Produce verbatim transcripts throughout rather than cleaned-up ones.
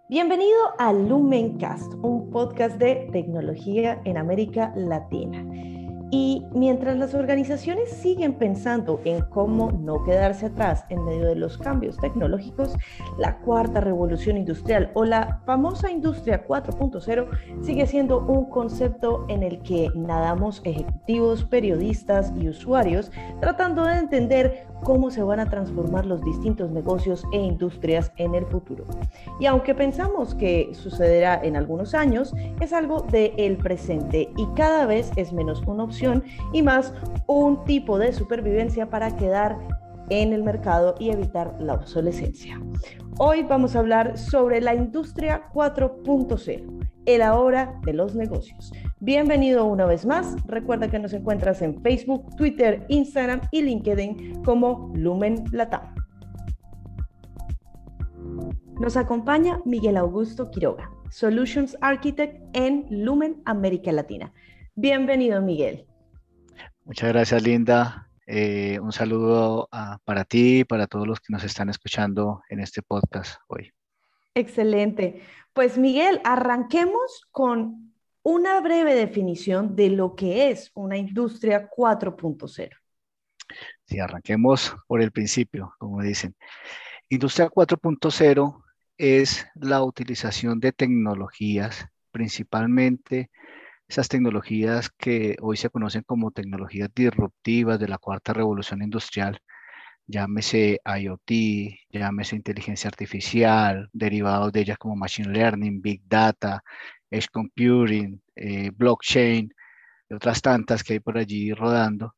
Bienvenido a Lumencast, un podcast de tecnología en América Latina. Y mientras las organizaciones siguen pensando en cómo no quedarse atrás en medio de los cambios tecnológicos, la cuarta revolución industrial o la famosa industria cuatro punto cero sigue siendo un concepto en el que nadamos ejecutivos, periodistas y usuarios tratando de entender cómo se van a transformar los distintos negocios e industrias en el futuro. Y aunque pensamos que sucederá en algunos años, es algo del presente y cada vez es menos una opción y más un tipo de supervivencia para quedar en el mercado y evitar la obsolescencia. Hoy vamos a hablar sobre la industria cuatro punto cero, el ahora de los negocios. Bienvenido una vez más. Recuerda que nos encuentras en Facebook, Twitter, Instagram y LinkedIn como Lumen Latam. Nos acompaña Miguel Augusto Quiroga, Solutions Architect en Lumen América Latina. Bienvenido, Miguel. Muchas gracias, Linda. Eh, un saludo a, para ti y para todos los que nos están escuchando en este podcast hoy. Excelente. Pues Miguel, arranquemos con una breve definición de lo que es una industria cuatro punto cero. Sí, arranquemos por el principio, como dicen. Industria cuatro punto cero es la utilización de tecnologías, principalmente esas tecnologías que hoy se conocen como tecnologías disruptivas de la cuarta revolución industrial, llámese IoT, llámese inteligencia artificial, derivados de ellas como machine learning, big data, edge computing, eh, blockchain y otras tantas que hay por allí rodando,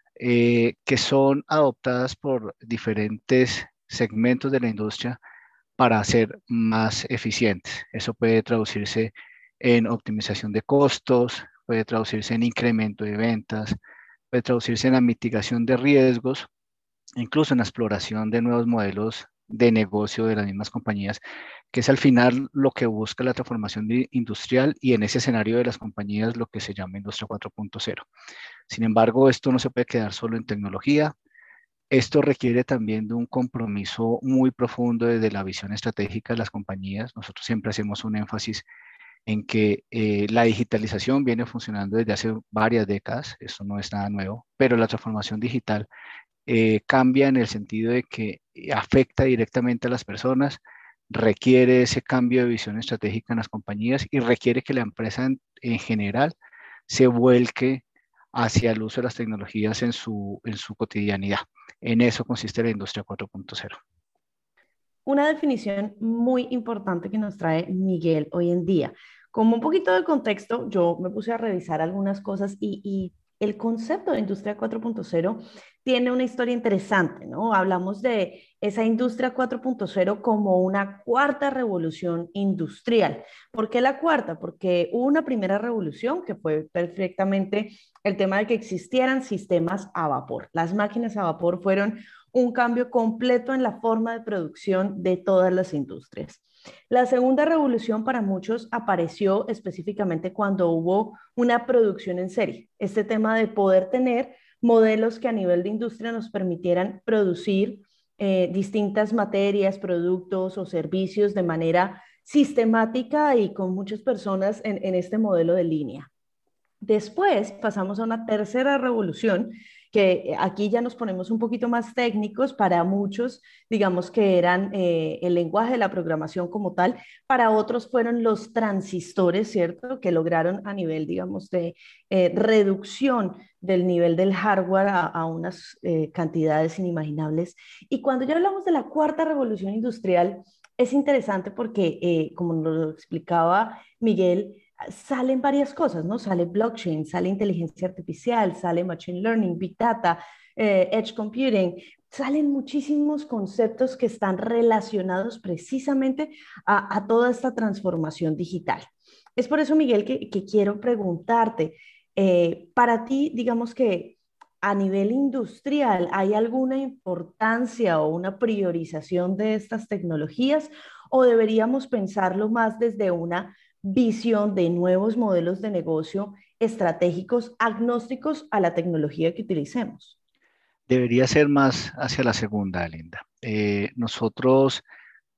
eh, que son adoptadas por diferentes segmentos de la industria para ser más eficientes. Eso puede traducirse en optimización de costos, puede traducirse en incremento de ventas, puede traducirse en la mitigación de riesgos, incluso en la exploración de nuevos modelos de negocio de las mismas compañías, que es al final lo que busca la transformación industrial y en ese escenario de las compañías lo que se llama industria cuatro punto cero. Sin embargo, esto no se puede quedar solo en tecnología. Esto requiere también de un compromiso muy profundo desde la visión estratégica de las compañías. Nosotros siempre hacemos un énfasis en que eh, la digitalización viene funcionando desde hace varias décadas, esto no es nada nuevo, pero la transformación digital eh, cambia en el sentido de que afecta directamente a las personas, requiere ese cambio de visión estratégica en las compañías y requiere que la empresa en, en general se vuelque hacia el uso de las tecnologías en su, en su cotidianidad. En eso consiste la industria cuatro punto cero. Una definición muy importante que nos trae Miguel hoy en día. Como un poquito de contexto, yo me puse a revisar algunas cosas y, y el concepto de industria cuatro punto cero tiene una historia interesante, ¿no? Hablamos de esa industria cuatro punto cero como una cuarta revolución industrial. ¿Por qué la cuarta? Porque hubo una primera revolución que fue perfectamente el tema de que existieran sistemas a vapor. Las máquinas a vapor fueron un cambio completo en la forma de producción de todas las industrias. La segunda revolución para muchos apareció específicamente cuando hubo una producción en serie. Este tema de poder tener modelos que a nivel de industria nos permitieran producir eh, distintas materias, productos o servicios de manera sistemática y con muchas personas en, en este modelo de línea. Después pasamos a una tercera revolución, que aquí ya nos ponemos un poquito más técnicos para muchos, digamos que eran eh, el lenguaje de la programación como tal, para otros fueron los transistores, ¿cierto? Que lograron a nivel, digamos, de eh, reducción del nivel del hardware a, a unas eh, cantidades inimaginables. Y cuando ya hablamos de la cuarta revolución industrial, es interesante porque, eh, como nos lo explicaba Miguel, salen varias cosas, ¿no? Sale blockchain, sale inteligencia artificial, sale machine learning, big data, eh, edge computing, salen muchísimos conceptos que están relacionados precisamente a, a toda esta transformación digital. Es por eso, Miguel, que, que quiero preguntarte, eh, para ti, digamos que a nivel industrial, ¿hay alguna importancia o una priorización de estas tecnologías o deberíamos pensarlo más desde una visión de nuevos modelos de negocio estratégicos agnósticos a la tecnología que utilicemos? Debería ser más hacia la segunda, Linda. Eh, nosotros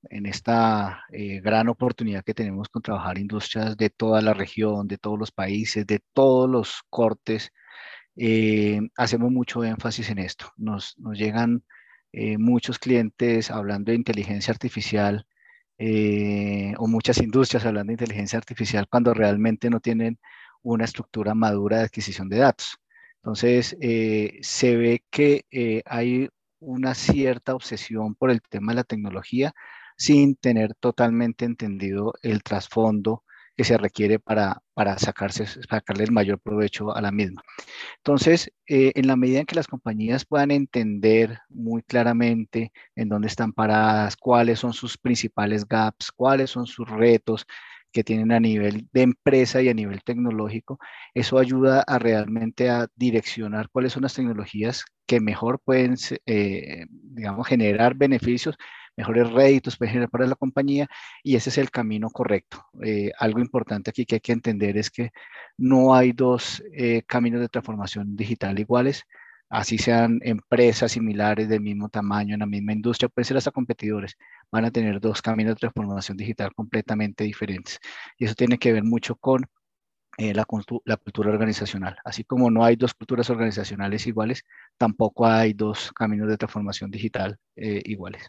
en esta eh, gran oportunidad que tenemos con trabajar industrias de toda la región, de todos los países, de todos los cortes, eh, hacemos mucho énfasis en esto. Nos, nos llegan eh, muchos clientes hablando de inteligencia artificial eh, o muchas industrias hablando de inteligencia artificial cuando realmente no tienen una estructura madura de adquisición de datos. Entonces, eh, se ve que eh, hay una cierta obsesión por el tema de la tecnología sin tener totalmente entendido el trasfondo que se requiere para, para sacarse, sacarle el mayor provecho a la misma. Entonces, eh, en la medida en que las compañías puedan entender muy claramente en dónde están paradas, cuáles son sus principales gaps, cuáles son sus retos que tienen a nivel de empresa y a nivel tecnológico, eso ayuda a realmente a direccionar cuáles son las tecnologías que mejor pueden, eh, digamos, generar beneficios, mejores réditos pueden generar para la compañía, y ese es el camino correcto. Eh, algo importante aquí que hay que entender es que no hay dos eh, caminos de transformación digital iguales, así sean empresas similares del mismo tamaño, en la misma industria, pueden ser hasta competidores, van a tener dos caminos de transformación digital completamente diferentes. Y eso tiene que ver mucho con eh, la, la cultura organizacional. Así como no hay dos culturas organizacionales iguales, tampoco hay dos caminos de transformación digital eh, iguales.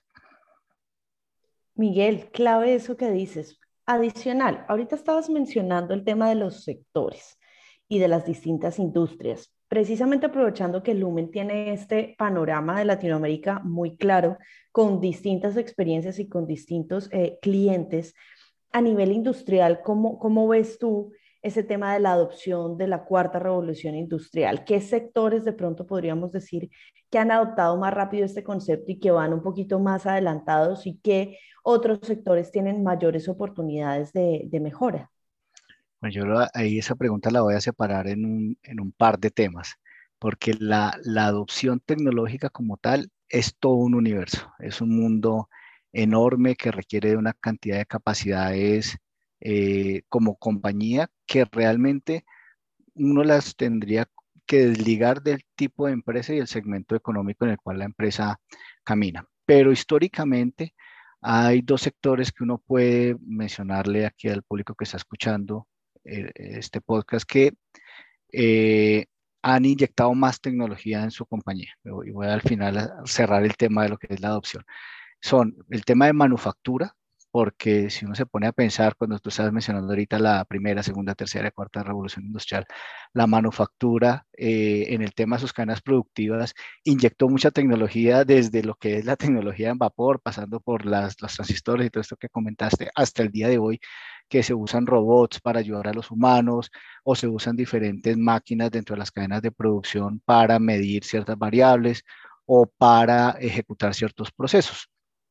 Miguel, clave eso que dices. Adicional, ahorita estabas mencionando el tema de los sectores y de las distintas industrias. Precisamente aprovechando que Lumen tiene este panorama de Latinoamérica muy claro, con distintas experiencias y con distintos eh, clientes, a nivel industrial, ¿cómo, cómo ves tú ese tema de la adopción de la cuarta revolución industrial? ¿Qué sectores de pronto podríamos decir que han adoptado más rápido este concepto y que van un poquito más adelantados, y qué otros sectores tienen mayores oportunidades de, de mejora? Bueno, yo lo- ahí esa pregunta la voy a separar en un, en un par de temas, porque la, la adopción tecnológica como tal es todo un universo, es un mundo enorme que requiere de una cantidad de capacidades eh, como compañía que realmente uno las tendría que desligar del tipo de empresa y el segmento económico en el cual la empresa camina. Pero históricamente hay dos sectores que uno puede mencionarle aquí al público que está escuchando eh, este podcast que eh, han inyectado más tecnología en su compañía. Y voy al final a cerrar el tema de lo que es la adopción. Son el tema de manufactura, porque si uno se pone a pensar, cuando tú estabas mencionando ahorita la primera, segunda, tercera, cuarta revolución industrial, la manufactura eh, en el tema de sus cadenas productivas inyectó mucha tecnología desde lo que es la tecnología en vapor, pasando por las, los transistores y todo esto que comentaste, hasta el día de hoy, que se usan robots para ayudar a los humanos o se usan diferentes máquinas dentro de las cadenas de producción para medir ciertas variables o para ejecutar ciertos procesos.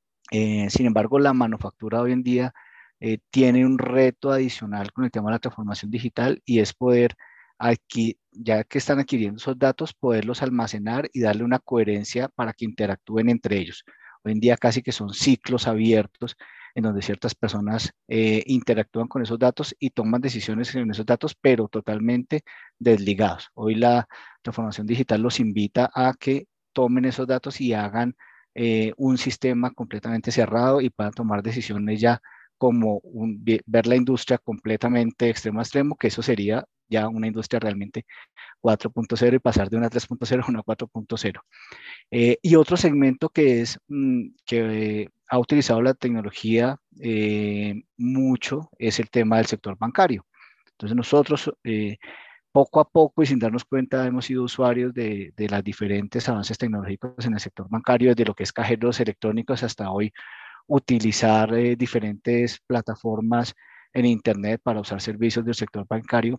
Eh, sin embargo, la manufactura hoy en día eh, tiene un reto adicional con el tema de la transformación digital, y es poder, aquí, ya que están adquiriendo esos datos, poderlos almacenar y darle una coherencia para que interactúen entre ellos. Hoy en día casi que son ciclos abiertos en donde ciertas personas eh, interactúan con esos datos y toman decisiones en esos datos, pero totalmente desligados. Hoy la transformación digital los invita a que tomen esos datos y hagan eh, un sistema completamente cerrado y puedan tomar decisiones ya como un, ver la industria completamente extremo a extremo, que eso sería ya una industria realmente cuatro punto cero y pasar de una tres punto cero a una cuatro punto cero. Eh, y otro segmento que es mm, que eh, ha utilizado la tecnología eh, mucho es el tema del sector bancario. Entonces nosotros eh, poco a poco y sin darnos cuenta hemos sido usuarios de, de los diferentes avances tecnológicos en el sector bancario, desde lo que es cajeros electrónicos hasta hoy utilizar eh, diferentes plataformas en Internet para usar servicios del sector bancario.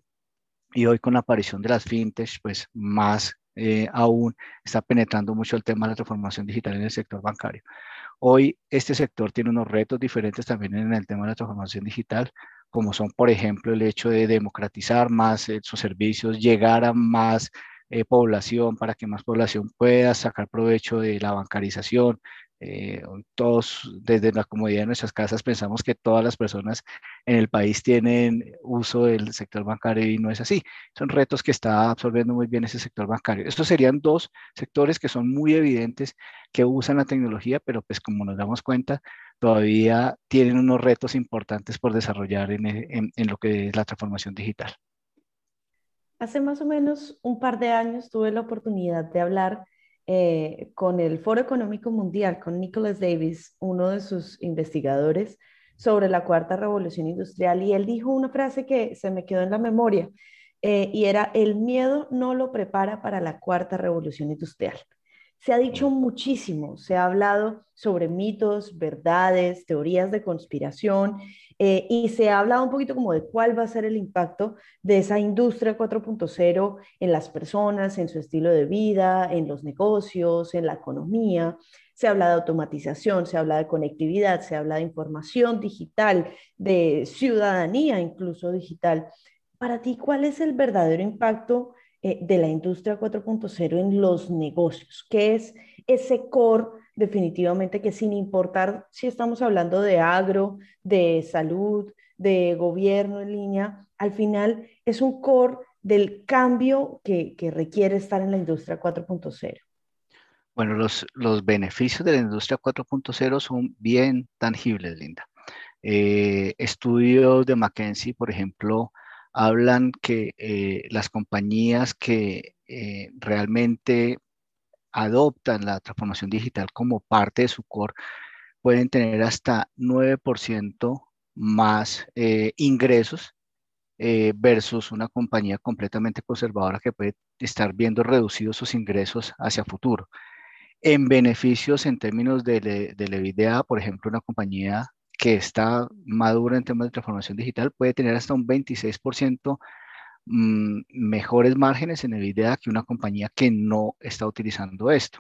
Y hoy con la aparición de las fintech, pues más eh, aún está penetrando mucho el tema de la transformación digital en el sector bancario. Hoy este sector tiene unos retos diferentes también en el tema de la transformación digital, como son, por ejemplo, el hecho de democratizar más eh, sus servicios, llegar a más eh, población para que más población pueda sacar provecho de la bancarización, Eh, todos, desde la comodidad de nuestras casas, pensamos que todas las personas en el país tienen uso del sector bancario y no es así. Son retos que está absorbiendo muy bien ese sector bancario. Estos serían dos sectores que son muy evidentes que usan la tecnología, pero pues como nos damos cuenta, todavía tienen unos retos importantes por desarrollar en, en, en lo que es la transformación digital. Hace más o menos un par de años tuve la oportunidad de hablar eh, con el Foro Económico Mundial, con Nicholas Davis, uno de sus investigadores, sobre la cuarta revolución industrial, y él dijo una frase que se me quedó en la memoria, eh, y era: el miedo no lo prepara para la cuarta revolución industrial. Se ha dicho muchísimo, se ha hablado sobre mitos, verdades, teorías de conspiración, eh, y se ha hablado un poquito como de cuál va a ser el impacto de esa industria cuatro punto cero en las personas, en su estilo de vida, en los negocios, en la economía. Se habla de automatización, se habla de conectividad, se habla de información digital, de ciudadanía incluso digital. Para ti, ¿cuál es el verdadero impacto eh, de la industria cuatro punto cero en los negocios? ¿Qué es ese core definitivamente que, sin importar si estamos hablando de agro, de salud, de gobierno en línea, al final es un core del cambio que, que requiere estar en la industria cuatro punto cero? Bueno, los, los beneficios de la industria cuatro punto cero son bien tangibles, Linda. Eh, estudios de McKinsey, por ejemplo, hablan que eh, las compañías que eh, realmente adoptan la transformación digital como parte de su core pueden tener hasta nueve por ciento más eh, ingresos eh, versus una compañía completamente conservadora que puede estar viendo reducidos sus ingresos hacia futuro. En beneficios en términos de, le- de la EBITDA, por ejemplo, una compañía que está madura en temas de transformación digital puede tener hasta un veintiséis por ciento mm, mejores márgenes en EBITDA que una compañía que no está utilizando esto.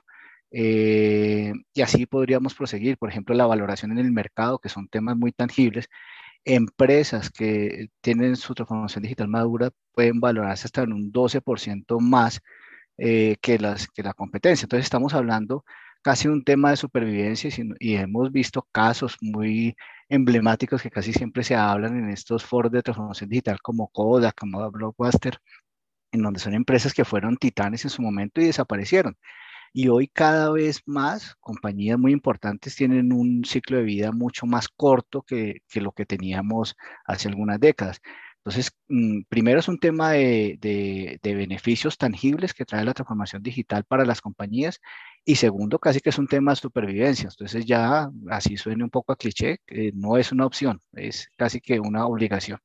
Eh, y así podríamos proseguir, por ejemplo, la valoración en el mercado, que son temas muy tangibles. Empresas que tienen su transformación digital madura pueden valorarse hasta en un doce por ciento más eh, que, las, que la competencia. Entonces estamos hablando casi un tema de supervivencia y, si no- y hemos visto casos muy emblemáticos que casi siempre se hablan en estos foros de transformación digital como Kodak, como Blockbuster, en donde son empresas que fueron titanes en su momento y desaparecieron. Y hoy cada vez más compañías muy importantes tienen un ciclo de vida mucho más corto que, que lo que teníamos hace algunas décadas. Entonces, mm, primero es un tema de, de- de beneficios tangibles que trae la transformación digital para las compañías y segundo, casi que es un tema de supervivencia. Entonces ya, así suene un poco a cliché, eh, no es una opción, es casi que una obligación.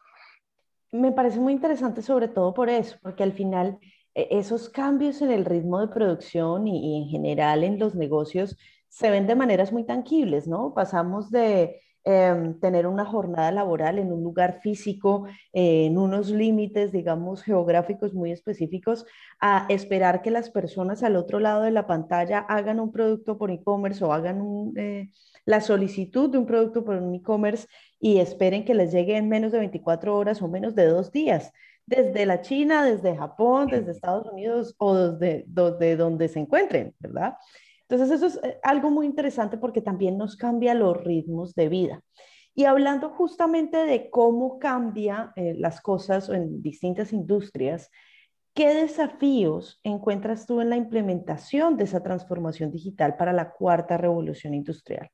Me parece muy interesante sobre todo por eso, porque al final eh, esos cambios en el ritmo de producción y, y en general en los negocios se ven de maneras muy tangibles, ¿no? Pasamos de em, tener una jornada laboral en un lugar físico, eh, en unos límites, digamos, geográficos muy específicos, a esperar que las personas al otro lado de la pantalla hagan un producto por e-commerce o hagan un, eh, la solicitud de un producto por un e-commerce y esperen que les llegue en menos de veinticuatro horas o menos de dos días, desde la China, desde Japón, desde Estados Unidos o desde, desde donde se encuentren, ¿verdad? Entonces eso es eh, algo muy interesante porque también nos cambia los ritmos de vida. Y hablando justamente de cómo cambia eh, las cosas en distintas industrias, ¿qué desafíos encuentras tú en la implementación de esa transformación digital para la cuarta revolución industrial?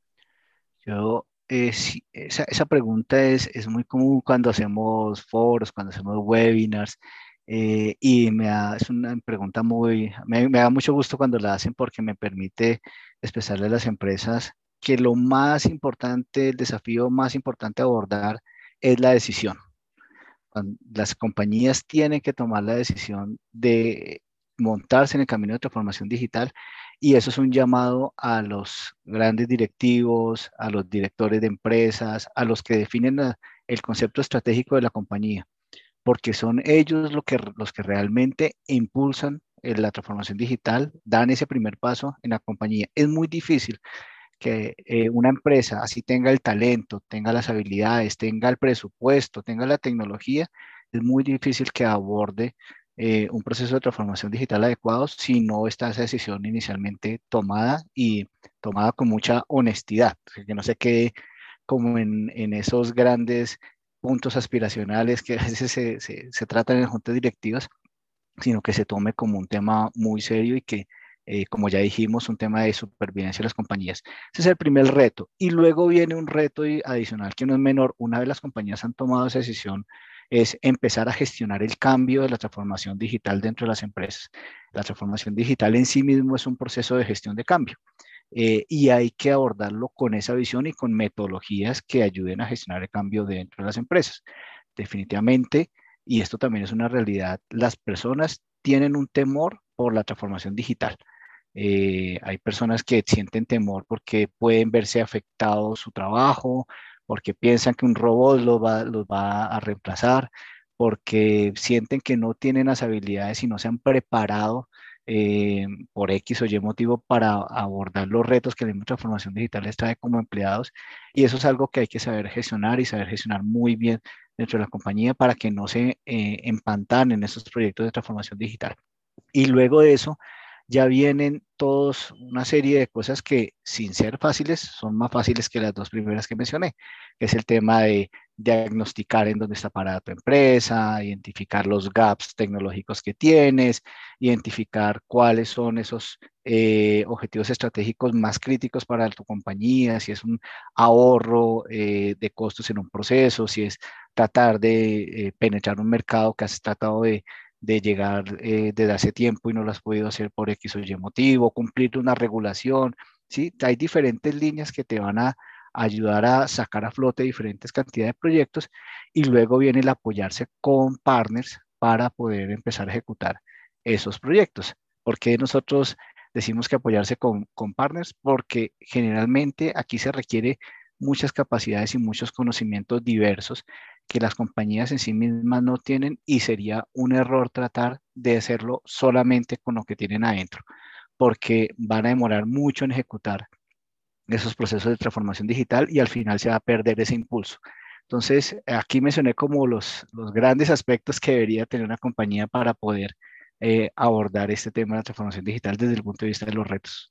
Yo, eh, sí, esa, esa pregunta es, es muy común cuando hacemos foros, cuando hacemos webinars, eh, y me da, es una pregunta muy, me, me da mucho gusto cuando la hacen porque me permite expresarle a las empresas que lo más importante, el desafío más importante a abordar es la decisión. Cuan- Las compañías tienen que tomar la decisión de montarse en el camino de transformación digital y eso es un llamado a los grandes directivos, a los directores de empresas, a los que definen la- el concepto estratégico de la compañía, porque son ellos lo que, los que realmente impulsan eh, la transformación digital, dan ese primer paso en la compañía. Es muy difícil que eh, una empresa así tenga el talento, tenga las habilidades, tenga el presupuesto, tenga la tecnología, es muy difícil que aborde eh, un proceso de transformación digital adecuado si no está esa decisión inicialmente tomada y tomada con mucha honestidad, que no se quede como en, en esos grandes puntos aspiracionales que a veces se, se, se tratan en juntas directivas, sino que se tome como un tema muy serio y que, eh, como ya dijimos, un tema de supervivencia de las compañías. Ese es el primer reto. Y luego viene un reto y- adicional que no es menor. Una vez las compañías han tomado esa decisión, es empezar a gestionar el cambio de la transformación digital dentro de las empresas. La transformación digital en sí mismo es un proceso de gestión de cambio. Eh, y hay que abordarlo con esa visión y con metodologías que ayuden a gestionar el cambio dentro de las empresas. Definitivamente, y esto también es una realidad, las personas tienen un temor por la transformación digital. Eh, hay personas que sienten temor porque pueden verse afectado su trabajo, porque piensan que un robot los va, los va a reemplazar, porque sienten que no tienen las habilidades y no se han preparado eh, por X o Y motivo para abordar los retos que la misma transformación digital les trae como empleados. Y eso es algo que hay que saber gestionar y saber gestionar muy bien dentro de la compañía para que no se eh, empantanen esos proyectos de transformación digital. Y luego de eso, ya vienen todos una serie de cosas que, sin ser fáciles, son más fáciles que las dos primeras que mencioné, que es el tema de diagnosticar en dónde está parada tu empresa, identificar los gaps tecnológicos que tienes, identificar cuáles son esos eh, objetivos estratégicos más críticos para tu compañía, si es un ahorro eh, de costos en un proceso, si es tratar de eh, penetrar un mercado que has tratado de de llegar eh, desde hace tiempo y no lo has podido hacer por X o Y motivo, cumplir una regulación, ¿sí? Hay diferentes líneas que te van a ayudar a sacar a flote diferentes cantidades de proyectos y luego viene el apoyarse con partners para poder empezar a ejecutar esos proyectos. ¿Por qué nosotros decimos que apoyarse con, con partners? Porque generalmente aquí se requiere muchas capacidades y muchos conocimientos diversos que las compañías en sí mismas no tienen y sería un error tratar de hacerlo solamente con lo que tienen adentro, porque van a demorar mucho en ejecutar esos procesos de transformación digital y al final se va a perder ese impulso. Entonces, aquí mencioné como los, los grandes aspectos que debería tener una compañía para poder eh, abordar este tema de la transformación digital desde el punto de vista de los retos.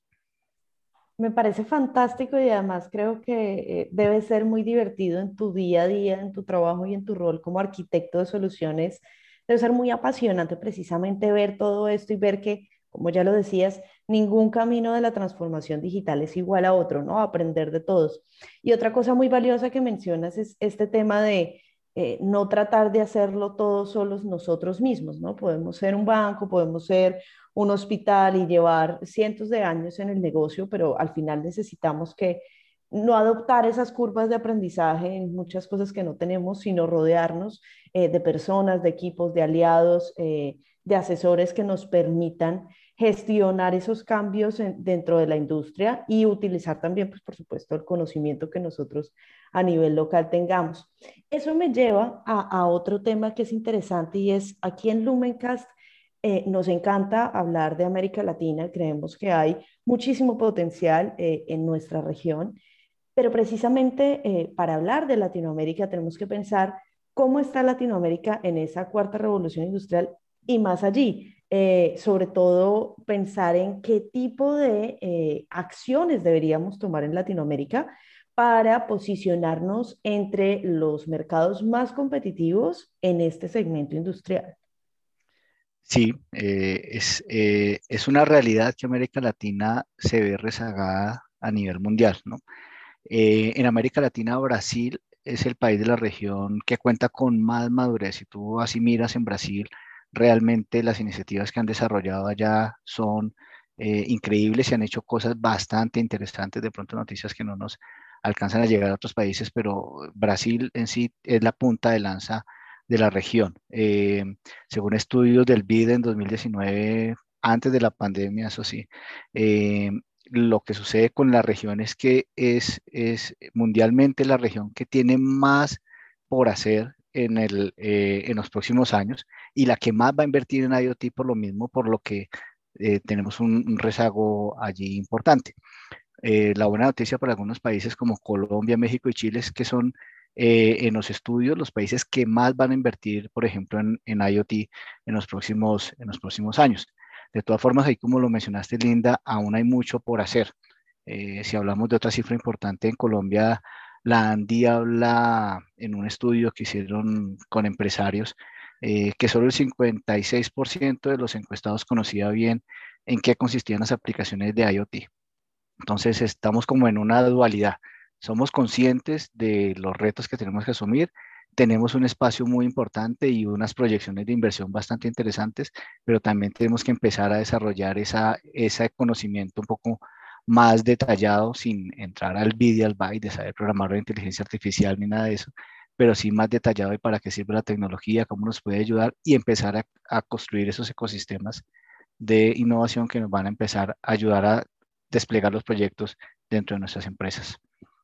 Me parece fantástico y además creo que eh, debe ser muy divertido en tu día a día, en tu trabajo y en tu rol como arquitecto de soluciones. Debe ser muy apasionante precisamente ver todo esto y ver que, como ya lo decías, ningún camino de la transformación digital es igual a otro, ¿no? Aprender de todos. Y otra cosa muy valiosa que mencionas es este tema de eh, no tratar de hacerlo todos solos nosotros mismos, ¿no? Podemos ser un banco, podemos ser un hospital y llevar cientos de años en el negocio, pero al final necesitamos que no adoptar esas curvas de aprendizaje en muchas cosas que no tenemos, sino rodearnos eh, de personas, de equipos, de aliados, eh, de asesores que nos permitan gestionar esos cambios en, dentro de la industria y utilizar también, pues, por supuesto, el conocimiento que nosotros a nivel local tengamos. Eso me lleva a, a otro tema que es interesante y es aquí en Lumencast eh, nos encanta hablar de América Latina, creemos que hay muchísimo potencial eh, en nuestra región, pero precisamente eh, para hablar de Latinoamérica tenemos que pensar cómo está Latinoamérica en esa cuarta revolución industrial y más allí. Eh, sobre todo pensar en qué tipo de eh, acciones deberíamos tomar en Latinoamérica para posicionarnos entre los mercados más competitivos en este segmento industrial. Sí, eh, es, eh, es una realidad que América Latina se ve rezagada a nivel mundial, ¿no? Eh, en América Latina, Brasil es el país de la región que cuenta con más madurez. Si tú así miras en Brasil, realmente las iniciativas que han desarrollado allá son eh, increíbles y han hecho cosas bastante interesantes, de pronto noticias que no nos alcanzan a llegar a otros países, pero Brasil en sí es la punta de lanza de la región. Eh, según estudios del B I D en dos mil diecinueve, antes de la pandemia, eso sí, eh, lo que sucede con la región es que es, es mundialmente la región que tiene más por hacer en, el, eh, en los próximos años y la que más va a invertir en IoT por lo mismo, por lo que eh, tenemos un, un, rezago allí importante. Eh, la buena noticia para algunos países como Colombia, México y Chile es que son eh, en los estudios, los países que más van a invertir, por ejemplo, en, en IoT en los próximos, en los próximos años. De todas formas, ahí como lo mencionaste, Linda, aún hay mucho por hacer. Eh, si hablamos de otra cifra importante en Colombia, la ANDI habla en un estudio que hicieron con empresarios eh, que solo el cincuenta y seis por ciento de los encuestados conocía bien en qué consistían las aplicaciones de IoT. Entonces estamos como en una dualidad. Somos conscientes de los retos que tenemos que asumir, tenemos un espacio muy importante y unas proyecciones de inversión bastante interesantes, pero también tenemos que empezar a desarrollar esa, ese conocimiento un poco más detallado, sin entrar al bit y al byte de saber programar la inteligencia artificial ni nada de eso, pero sí más detallado de para qué sirve la tecnología, cómo nos puede ayudar y empezar a, a construir esos ecosistemas de innovación que nos van a empezar a ayudar a desplegar los proyectos dentro de nuestras empresas.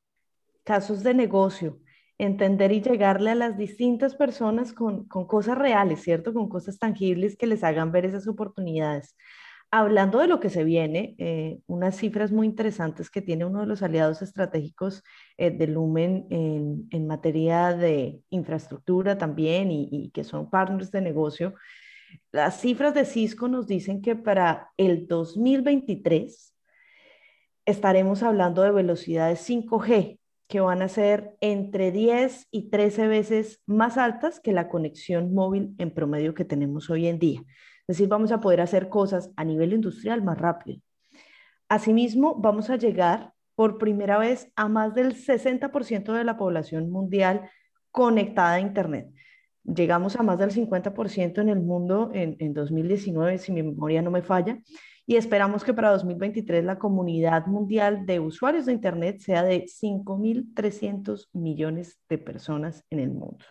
Casos de negocio, entender y llegarle a las distintas personas con, con cosas reales, ¿cierto? Con cosas tangibles que les hagan ver esas oportunidades. Hablando de lo que se viene, eh, unas cifras muy interesantes que tiene uno de los aliados estratégicos eh, de Lumen en, en materia de infraestructura también y, y que son partners de negocio. Las cifras de Cisco nos dicen que para el dos mil veintitrés estaremos hablando de velocidades cinco G que van a ser entre diez y trece veces más altas que la conexión móvil en promedio que tenemos hoy en día. Es decir, vamos a poder hacer cosas a nivel industrial más rápido. Asimismo, vamos a llegar por primera vez a más del sesenta por ciento de la población mundial conectada a Internet. Llegamos a más del cincuenta por ciento en el mundo en, en dos mil diecinueve, si mi memoria no me falla, y esperamos que para dos mil veintitrés la comunidad mundial de usuarios de Internet sea de cinco mil trescientos millones de personas en el mundo,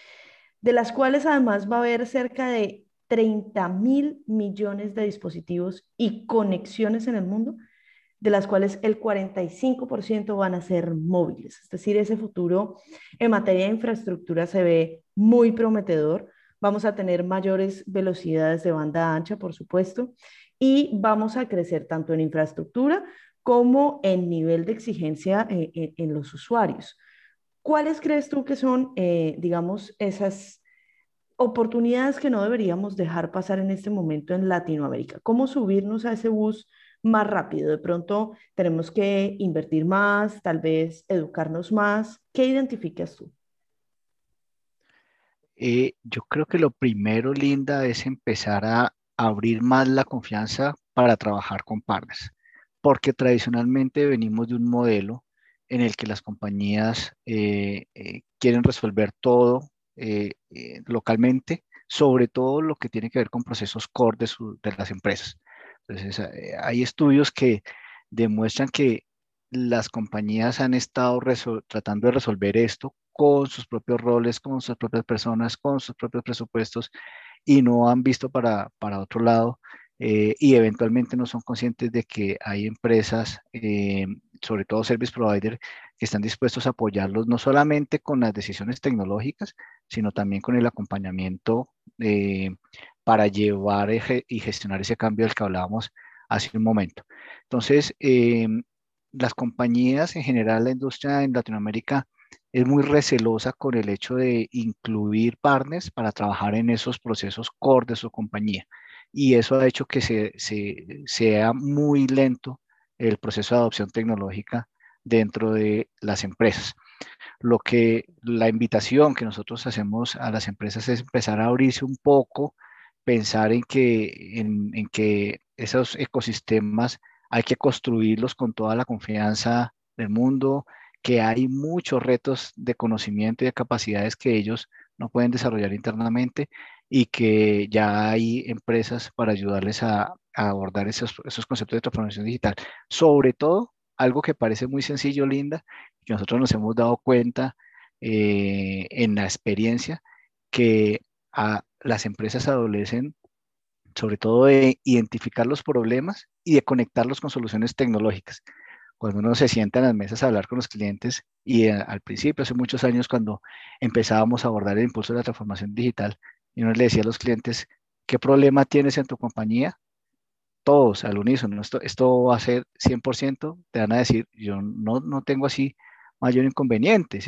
de las cuales además va a haber cerca de treinta mil millones de dispositivos y conexiones en el mundo, de las cuales el cuarenta y cinco por ciento van a ser móviles. Es decir, ese futuro en materia de infraestructura se ve muy prometedor. Vamos a tener mayores velocidades de banda ancha, por supuesto, y vamos a crecer tanto en infraestructura como en nivel de exigencia eh, en, en los usuarios. ¿Cuáles crees tú que son, eh, digamos, esas oportunidades que no deberíamos dejar pasar en este momento en Latinoamérica? ¿Cómo subirnos a ese bus más rápido? De pronto tenemos que invertir más, tal vez educarnos más. ¿Qué identificas tú? Eh, yo creo que lo primero, Linda, es empezar a abrir más la confianza para trabajar con partners, porque tradicionalmente venimos de un modelo en el que las compañías eh, eh, quieren resolver todo eh, eh, localmente, sobre todo lo que tiene que ver con procesos core de, su- de las empresas. Entonces, eh, hay estudios que demuestran que las compañías han estado resol- tratando de resolver esto con sus propios roles, con sus propias personas, con sus propios presupuestos y no han visto para, para otro lado eh, y eventualmente no son conscientes de que hay empresas, eh, sobre todo service provider, que están dispuestos a apoyarlos no solamente con las decisiones tecnológicas, sino también con el acompañamiento eh, para llevar eje- y gestionar ese cambio del que hablábamos hace un momento. Entonces, eh, las compañías en general, la industria en Latinoamérica, es muy recelosa con el hecho de incluir partners para trabajar en esos procesos core de su compañía. Y eso ha hecho que se, se- sea muy lento el proceso de adopción tecnológica dentro de las empresas. Lo que la invitación que nosotros hacemos a las empresas es empezar a abrirse un poco, pensar en que, en, en que esos ecosistemas hay que construirlos con toda la confianza del mundo, que hay muchos retos de conocimiento y de capacidades que ellos no pueden desarrollar internamente y que ya hay empresas para ayudarles a, a abordar esos, esos conceptos de transformación digital. Sobre todo, algo que parece muy sencillo, Linda, que nosotros nos hemos dado cuenta eh, en la experiencia que a, las empresas adolecen sobre todo de identificar los problemas y de conectarlos con soluciones tecnológicas. Cuando uno se sienta en las mesas a hablar con los clientes y eh, al principio, hace muchos años, cuando empezábamos a abordar el impulso de la transformación digital, y uno le decía a los clientes, ¿qué problema tienes en tu compañía? Todos al unísono, esto, esto va a ser cien por ciento, te van a decir, yo no, no tengo así mayor inconveniente, ¿sí?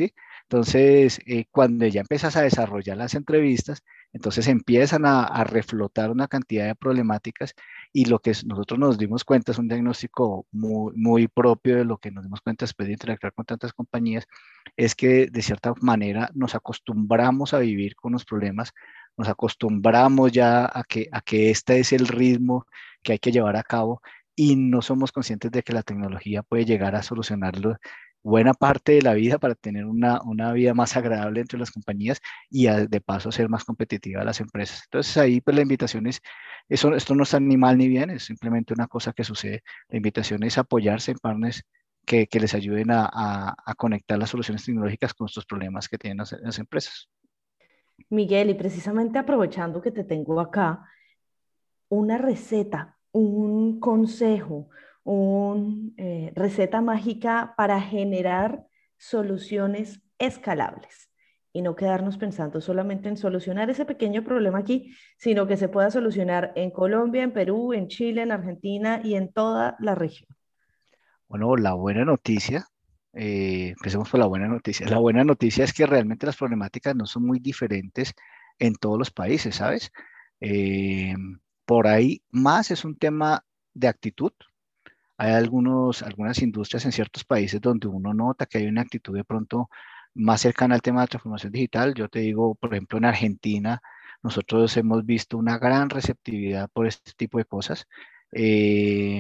Entonces, eh, cuando ya empiezas a desarrollar las entrevistas, entonces empiezan a, a reflotar una cantidad de problemáticas y lo que es- nosotros nos dimos cuenta es un diagnóstico muy, muy propio de lo que nos dimos cuenta después de interactuar con tantas compañías, es que de cierta manera nos acostumbramos a vivir con los problemas, nos acostumbramos ya a que, a que este es el ritmo que hay que llevar a cabo y no somos conscientes de que la tecnología puede llegar a solucionarlo buena parte de la vida para tener una, una vida más agradable entre las compañías y a- de paso ser más competitiva las empresas. Entonces ahí pues la invitación es, eso, esto no está ni mal ni bien, es simplemente una cosa que sucede. La invitación es apoyarse en partners que, que les ayuden a, a- a conectar las soluciones tecnológicas con estos problemas que tienen las, las empresas. Miguel, y precisamente aprovechando que te tengo acá, una receta, un consejo, una receta mágica para generar soluciones escalables y no quedarnos pensando solamente en solucionar ese pequeño problema aquí, sino que se pueda solucionar en Colombia, en Perú, en Chile, en Argentina y en toda la región. Bueno, la buena noticia, eh, empecemos por la buena noticia. La buena noticia es que realmente las problemáticas no son muy diferentes en todos los países, ¿sabes? Eh, por ahí más es un tema de actitud. Hay algunos, algunas industrias en ciertos países donde uno nota que hay una actitud de pronto más cercana al tema de transformación digital. Yo te digo, por ejemplo, en Argentina, nosotros hemos visto una gran receptividad por este tipo de cosas. eh,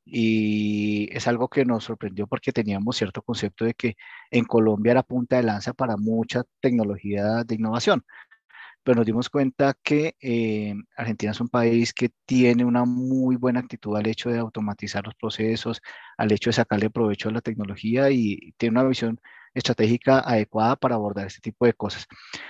y es algo que nos sorprendió porque teníamos cierto concepto de que en Colombia era punta de lanza para mucha tecnología de innovación, pero nos dimos cuenta que eh, Argentina es un país que tiene una muy buena actitud al hecho de automatizar los procesos, al hecho de sacarle provecho a la tecnología y tiene una visión estratégica adecuada para abordar este tipo de cosas.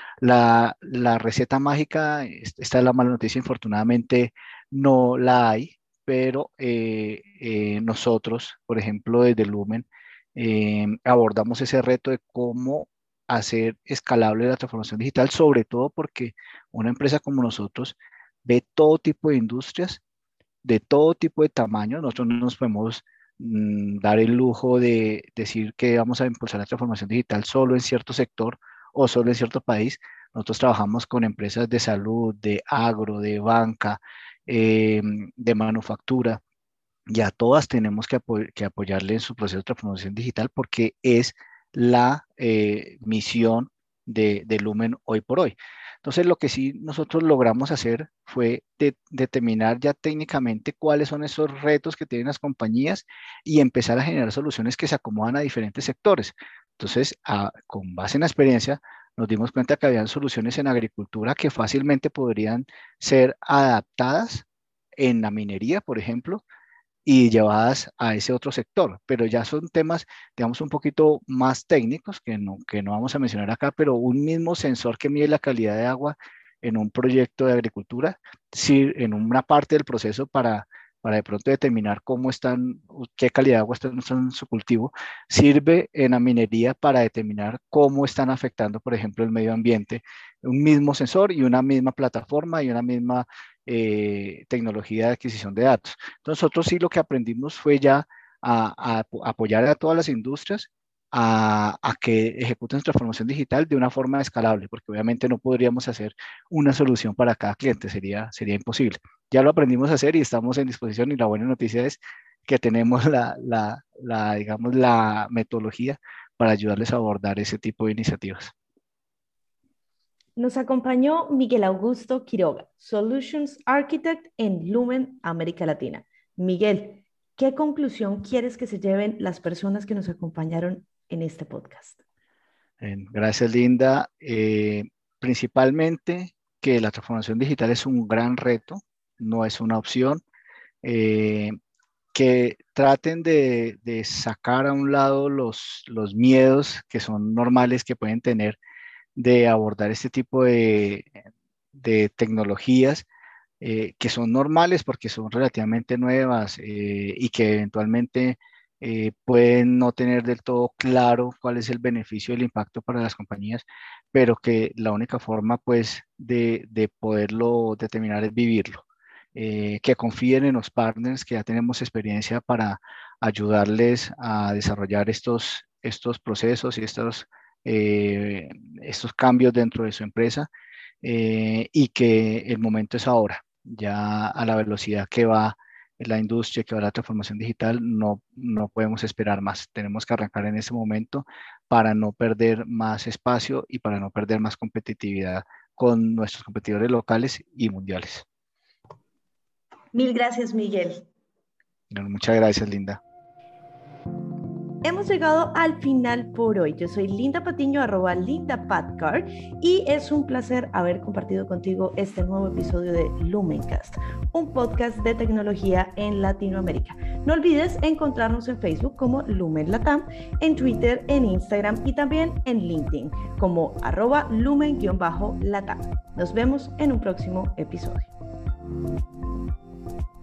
La, la receta mágica, es- esta es la mala noticia, infortunadamente no la hay, pero eh, eh, nosotros, por ejemplo, desde Lumen, eh, abordamos ese reto de cómo hacer escalable la transformación digital, sobre todo porque una empresa como nosotros ve todo tipo de industrias, de todo tipo de tamaños. Nosotros no nos podemos mm, dar el lujo de decir que vamos a impulsar la transformación digital solo en cierto sector o solo en cierto país. Nosotros trabajamos con empresas de salud, de agro, de banca, eh, de manufactura. Ya todas tenemos que, apo- que apoyarle en su proceso de transformación digital porque es la eh, misión de, de Lumen hoy por hoy. Entonces, lo que sí nosotros logramos hacer fue de- determinar ya técnicamente cuáles son esos retos que tienen las compañías y empezar a generar soluciones que se acomodan a diferentes sectores. Entonces, a- con base en la experiencia, nos dimos cuenta que habían soluciones en agricultura que fácilmente podrían ser adaptadas en la minería, por ejemplo, y llevadas a ese otro sector, pero ya son temas, digamos, un poquito más técnicos que no, que no vamos a mencionar acá, pero un mismo sensor que mide la calidad de agua en un proyecto de agricultura, sí, en una parte del proceso para, para de pronto determinar cómo están, qué calidad de agua está en su cultivo, sirve en la minería para determinar cómo están afectando, por ejemplo, el medio ambiente, un mismo sensor y una misma plataforma y una misma eh, tecnología de adquisición de datos. Nosotros sí lo que aprendimos fue ya a, a apoyar a todas las industrias a, a, que ejecuten su transformación digital de una forma escalable, porque obviamente no podríamos hacer una solución para cada cliente, sería, sería imposible. Ya lo aprendimos a hacer y estamos en disposición y la buena noticia es que tenemos la, la, la digamos, la metodología para ayudarles a abordar ese tipo de iniciativas. Nos acompañó Miguel Augusto Quiroga, Solutions Architect en Lumen América Latina. Miguel, ¿qué conclusión quieres que se lleven las personas que nos acompañaron en este podcast? Eh, gracias, Linda. Eh, principalmente que la transformación digital es un gran reto, no es una opción. Eh, que traten de, de sacar a un lado los, los miedos que son normales que pueden tener de abordar este tipo de, de tecnologías eh, que son normales porque son relativamente nuevas eh, y que eventualmente eh, pueden no tener del todo claro cuál es el beneficio y el impacto para las compañías, pero que la única forma pues de, de poderlo determinar es vivirlo. Eh, que confíen en los partners, que ya tenemos experiencia para ayudarles a desarrollar estos, estos procesos y estos eh, estos cambios dentro de su empresa eh, y que el momento es ahora. Ya a la velocidad que va la industria, que va la transformación digital, no, no podemos esperar más. Tenemos que arrancar en ese momento para no perder más espacio y para no perder más competitividad con nuestros competidores locales y mundiales. Mil gracias, Miguel. Bueno, muchas gracias, Linda. Hemos llegado al final por hoy. Yo soy Linda Patiño, arroba Linda Patcar, y es un placer haber compartido contigo este nuevo episodio de Lumencast, un podcast de tecnología en Latinoamérica. No olvides encontrarnos en Facebook como Lumen Latam, en Twitter, en Instagram y también en LinkedIn como arroba Lumen-Latam. Nos vemos en un próximo episodio.